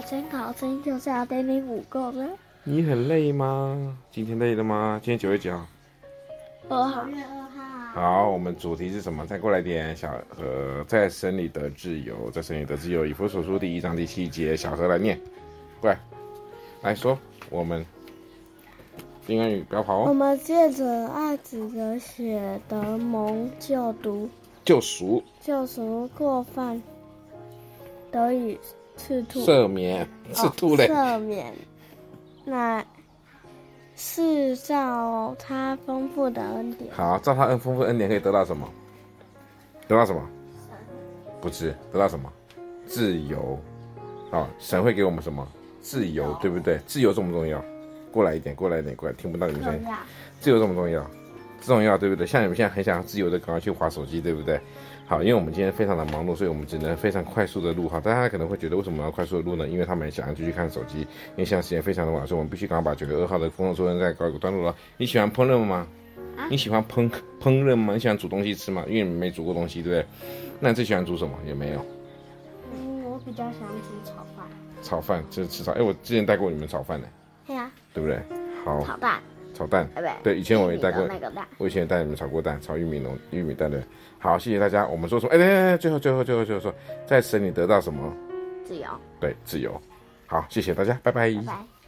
监考生就是要给你补够的。 你很累吗？今天累了吗？今天9月几号 2号。 好，我们主题是什么？再过来点，小何在神里得自由，在神里得自由。以弗所书第1章第7节，小何来念，过来，来说我们丁恩宇，不要跑哦。 我们借着爱子的血得蒙救赎， 过犯得以赤兔赦免，赤兔嘞， 赦免，乃是照他丰富的恩典。 好，照他丰富的恩典可以得到什么？得到什么？不是，得到什么？自由。神会给我们什么？自由，对不对？自由重不重要？过来一点，过来，听不到你们声音。自由重不重要？重要，对不对？像你们现在很想要自由的赶快去滑手机，对不对？好，因为我们今天非常的忙碌，所以我们只能非常快速的录。好，大家可能会觉得为什么要快速的录呢？因为他们想要继续看手机，因为现在时间非常的晚，所以我们必须赶快把9月2号的工作作业再告一个段落了。你喜欢烹饪吗？你喜欢烹饪吗？你喜欢煮东西吃吗？因为你没煮过东西，对不对？那你最喜欢煮什么？也没有。 我比较喜欢吃炒饭。 炒饭就是吃炒，我之前带过你们炒饭呢。 对呀。 对不对？好。炒蛋。 对， 以前我也带过那个蛋。 我以前也带你们炒过蛋，炒玉米蛋的。好，谢谢大家。我们说什么？对，最后说，在神里得到什么？ 自由。 对，自由。好，谢谢大家，拜拜。 拜拜。